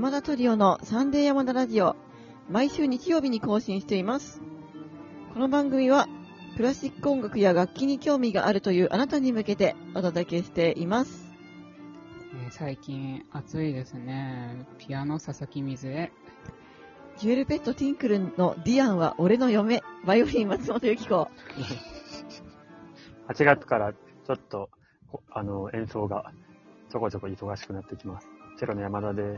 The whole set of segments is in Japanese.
山田トリオのサンデー山田ラジオ、毎週日曜日に更新しています。この番組はクラシック音楽や楽器に興味があるというあなたに向けてお届けしています。 最近暑いですね。ピアノ佐々木水江、 ジュエルペットティンクルのディアンは俺の嫁、バイオリン松本由紀子。 8月からちょっと演奏がちょこちょこ忙しくなってきます。チェロの山田です。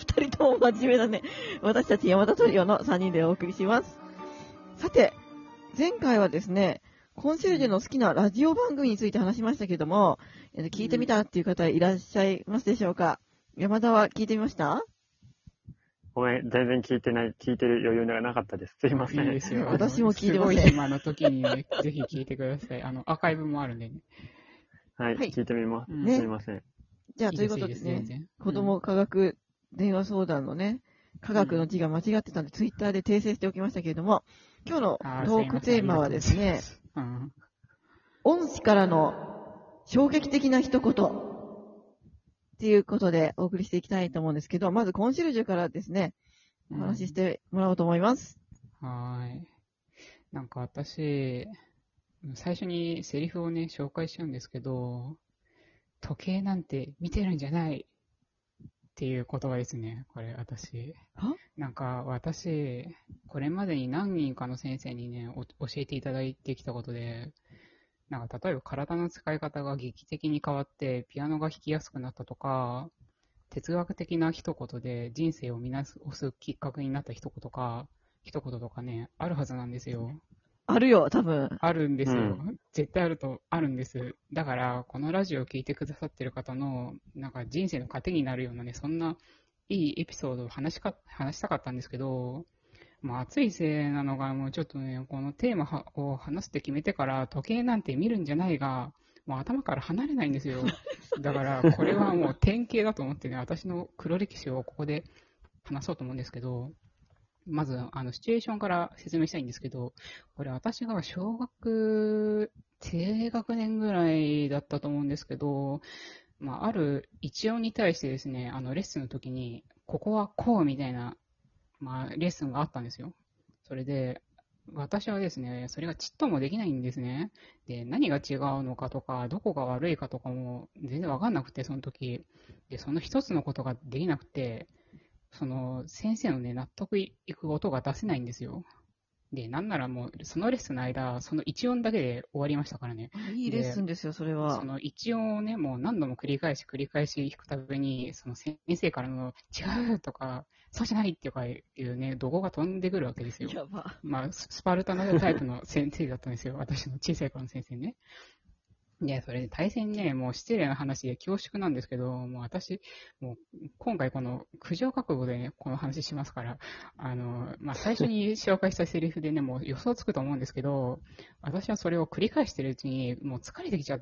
2人とも真面目だね。私たち山田トリオの3人でお送りします。さて、前回はですね、コンシェルジュの好きなラジオ番組について話しましたけども、聞いてみたっていう方いらっしゃいますでしょうか。山田は聞いてみました？ ごめん、全然聞いてない、聞いてる余裕がなかったです。すいません。 いいですよ。 私も聞いてません。 すごい暇の時に、ね、ぜひ聞いてください。アーカイブもあるんでね。 はい、聞いてみます。 ね、 すいません。 じゃあ、ということでね、子供科学電話相談のね、科学の字が間違ってたんで、ツイッターで訂正しておきましたけれども、今日のトークテーマはですね、恩師からの衝撃的な一言っていうことでお送りしていきたいと思うんですけど、まずコンシェルジュからですね、お話ししてもらおうと思います。 はい。なんか私、最初にセリフをね、紹介しちゃうんですけど、時計なんて見てるんじゃないっていう言葉ですね、これ私。なんか私、これまでに何人かの先生にね、教えていただいてきたことで、なんか例えば体の使い方が劇的に変わってピアノが弾きやすくなったとか、哲学的な一言で人生を見直すきっかけになった一言とかね、あるはずなんですよ。 あるよ、多分。 あるんですよ。絶対あるんです。だから、このラジオを聞いてくださってる方の、なんか人生の糧になるようなね、そんないいエピソードを話したかったんですけど、まあ、暑いせいなのが、もうちょっとね、このテーマを話すって決めてから、時計なんて見るんじゃないが、もう頭から離れないんですよ。だから、これはもう典型だと思ってね、私の黒歴史をここで話そうと思うんですけど、まず、シチュエーションから説明したいんですけど、これ私が小学低学年ぐらいだったと思うんですけど、まあ、ある一音に対してですね、レッスンの時に、ここはこうみたいな、まあ、レッスンがあったんですよ。それで、私はですね、それがちっともできないんですね。で、何が違うのかとか、どこが悪いかとかも全然わかんなくて、その時。で、その一つのことができなくて、その先生のね、納得いく音が出せないんですよ。で、なんならもう、そのレッスンの間、その一音だけで終わりましたからね。 いいレッスンですよ、それは。 その一音をね、もう何度も繰り返し弾くたびに、その先生からの、違うとか、そうじゃないっていうね、怒号が飛んでくるわけですよ。 やば。 まあ、スパルタなタイプの先生だったんですよ。私の小さい頃の先生ね。いや、それ、大変ね、もう失礼な話で恐縮なんですけど、もう私、もう、今回この、苦情覚悟でね、この話しますから、まあ、最初に紹介したセリフでね、もう予想つくと思うんですけど、私はそれを繰り返してるうちに、もう疲れてきちゃって、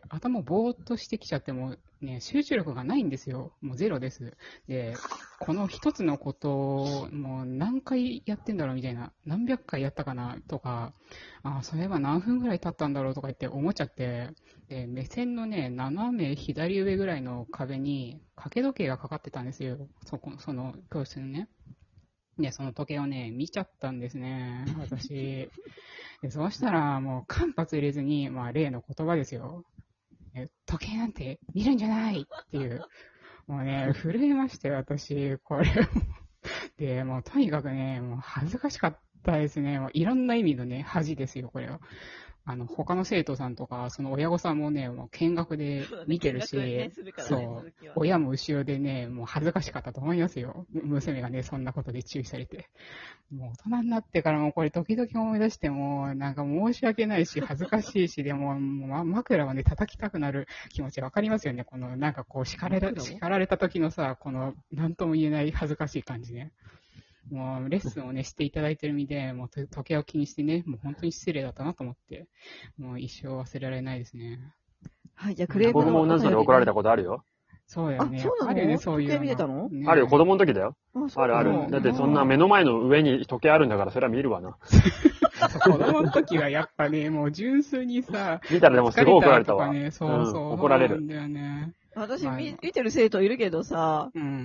頭ぼーっとしてきちゃって、もうね、集中力がないんですよ。もうゼロです。で、この一つのことを、もう何回やってんだろうみたいな、何百回やったかなとか、そういえば何分ぐらい経ったんだろうとか言って思っちゃって、で、目線のね、斜め左上ぐらいの壁に掛け時計がかかってたんですよ。その教室にね。で、その時計をね、見ちゃったんですね、私。で、そうしたら、もう間髪入れずに、まあ、例の言葉ですよ。時計なんて見るんじゃないっていう。もうね、震えましたよ、私、これ。で、もうとにかくね、もう恥ずかしかったですね。もういろんな意味のね、恥ですよ、これは。他の生徒さんとか、その親御さんもね、もう見学で見てるし、そう、親も後ろでね、もう恥ずかしかったと思いますよ。娘がね、そんなことで注意されて。もう大人になってからもこれ時々思い出しても、なんか申し訳ないし、恥ずかしいし、でも、枕はね、叩きたくなる気持ちわかりますよね。この、なんかこう、叱られた時のさ、この、なんとも言えない恥ずかしい感じね。もうレッスンをね、していただいてる身で、もう時計を気にしてね、もう本当に失礼だったなと思って、もう一生忘れられないですね。 はい、じゃあクレーム僕も同じので怒られたことあるよ。 そうだよね。 そうなの？ あるよね、そういうの。 時計見てたの？ ね、あるよ、子供の時だよ。あるある。だってそんな目の前の上に時計あるんだから、それは見るわな。 子供の時はやっぱね、もう純粋にさ、 見たらでもすごい怒られたわ。 そうそう、 怒られる。 んだよね。 私、見てる生徒いるけどさ、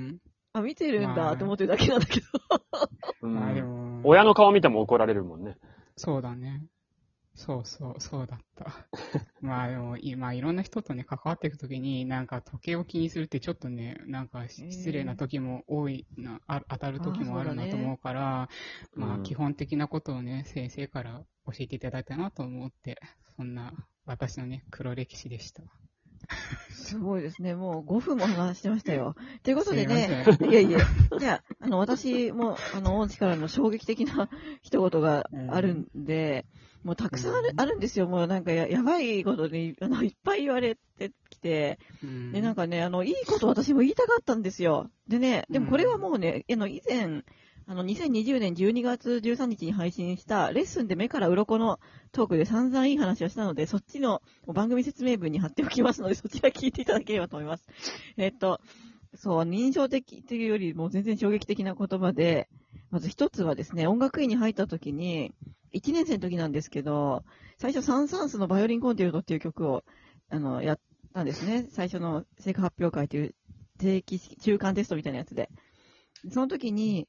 あ、見てるんだと思ってるだけなんだけど。 まあでも、 親の顔見ても怒られるもんね。 そうだね。そうだった。まあでも、今いろんな人とね、関わっていくときに、なんか時計を気にするってちょっとね、なんか失礼な時も多いな、当たる時もあるなと思うから、まあ基本的なことをね、先生から教えていただいたなと思って、そんな私のね、黒歴史でした。 すごいですね。もう5分も話してましたよ。ということでね、いやいや、じゃあ、私も、恩師からの衝撃的な一言があるんで、もうたくさんあるんですよ。もうなんかやばいことに、いっぱい言われてきて、で、なんかね、いいこと私も言いたかったんですよ。でね、でもこれはもうね、以前、2020年12月13日に配信したレッスンで目から鱗のトークで散々いい話をしたので、そっちの番組説明文に貼っておきますので、そちら聞いていただければと思います。そう、認証的というよりも全然衝撃的な言葉で、まず一つはですね、音楽院に入った時に、1年生の時なんですけど、最初サン・サンスのバイオリンコンテルトっていう曲を、やったんですね。最初の成果発表会という定期中間テストみたいなやつで。その時に、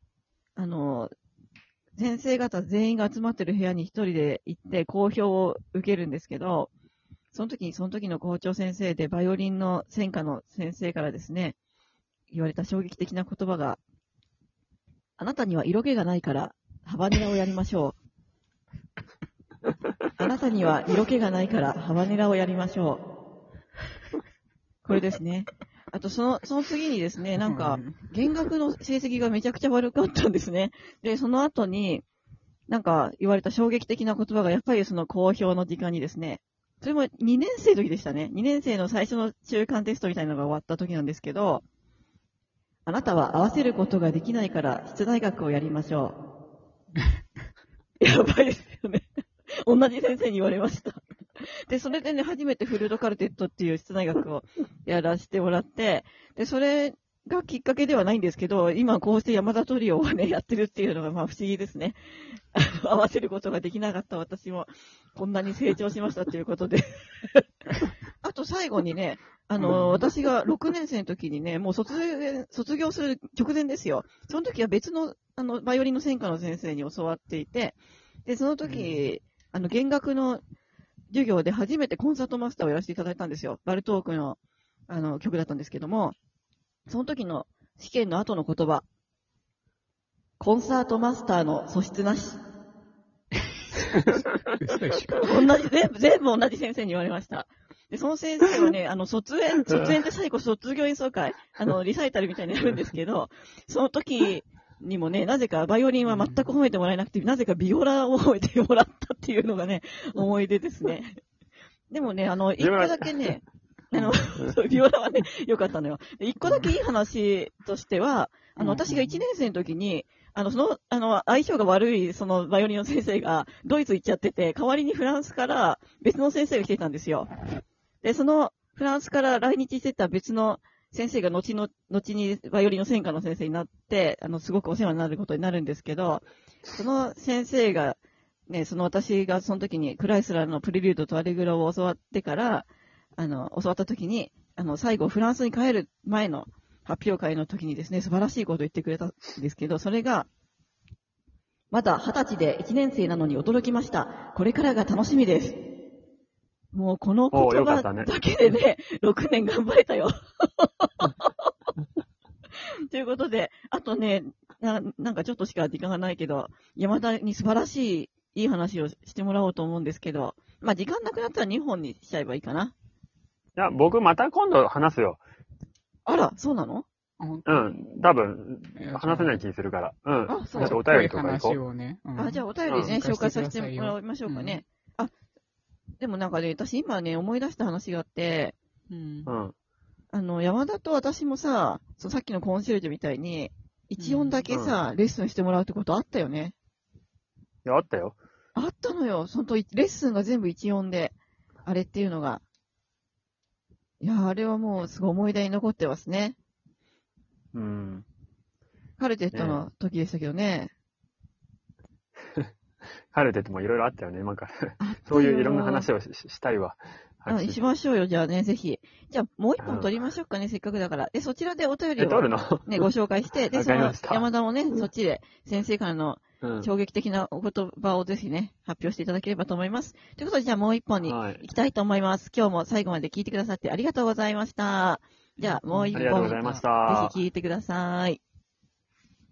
先生方全員が集まってる部屋に一人で行って講評を受けるんですけど、その時の校長先生でバイオリンの専科の先生からですね、言われた衝撃的な言葉が、あなたには色気がないからハバネラをやりましょう。あなたには色気がないからハバネラをやりましょう。これですね。あと、その次にですね、なんか、弦楽の成績がめちゃくちゃ悪かったんですね。で、その後に、なんか言われた衝撃的な言葉が、やっぱりその公表の時間にですね、それも2年生の時でしたね。2年生の最初の中間テストみたいなのが終わった時なんですけど、あなたは合わせることができないから出題学をやりましょう。やばいですよね。同じ先生に言われました。で、それでね、初めてフルートカルテットっていう出題学をやらせてもらって、で、それがきっかけではないんですけど、今こうして山田トリオをね、やってるっていうのがまあ不思議ですね。合わせることができなかった私も、こんなに成長しましたっていうことで。あと最後にね、私が6年生の時にね、もう卒業する直前ですよ。その時は別の、バイオリンの専科の先生に教わっていて、で、その時、弦楽の授業で初めてコンサートマスターをやらせていただいたんですよ。バルトークの、曲だったんですけども、その時の試験の後の言葉、コンサートマスターの素質なし。全部同じ先生に言われました。で、その先生はね、卒園って最後卒業演奏会、リサイタルみたいにやるんですけど、その時にもね、なぜかバイオリンは全く褒めてもらえなくて、なぜかビオラを褒めてもらったっていうのがね、思い出ですね。でもね、一個だけね、ビオラはね、良かったのよ。一個だけいい話としては、私が1年生の時に、相性が悪い、その、バイオリンの先生が、ドイツ行っちゃってて、代わりにフランスから別の先生が来てたんですよ。で、その、フランスから来日してた別の先生が後にバイオリンの専科の先生になって、すごくお世話になることになるんですけど、その先生が、ね、私がその時にクライスラーのプレリュードとアレグロを教わってから、教わった時に、最後フランスに帰る前の発表会の時にですね、素晴らしいことを言ってくれたんですけど、それが、まだ20歳で1年生なのに驚きました。これからが楽しみです。もうこの言葉だけでね、6年頑張れたよ。ということで、あとね、なんかちょっとしか時間がないけど、山田に素晴らしいいい話をしてもらおうと思うんですけど、まあ時間なくなったら2本にしちゃえばいいかな。 いや、僕また今度話すよ。 あら、そうなの？ うん。多分、話せない気するから。うん。 あ、そう。 お便りとか行こう。 じゃあお便りね、紹介させてもらいましょうかね。でもなんかね、私今ね、思い出した話があって、山田と私もさっきのコンシェルジュみたいに、一音だけさ、レッスンしてもらうってことあったよね。 いや、あったよ。 あったのよ。レッスンが全部一音で、あれっていうのが。いや、あれはもうすごい思い出に残ってますね。カルテットの時でしたけどね。 カルテットもいろいろあったよね、今から。そういういろんな話をしたいわ。 しましょうよ、じゃあね、ぜひ。じゃあ、もう一本取りましょうかね、せっかくだから。で、そちらでお便りを、 取るのね、ご紹介して、で、その、山田もね、そっちで、先生からの衝撃的なお言葉をぜひね、発表していただければと思います。ということで、じゃあもう一本に行きたいと思います。今日も最後まで聞いてくださってありがとうございました。じゃあ、もう一本、ぜひ聞いてください。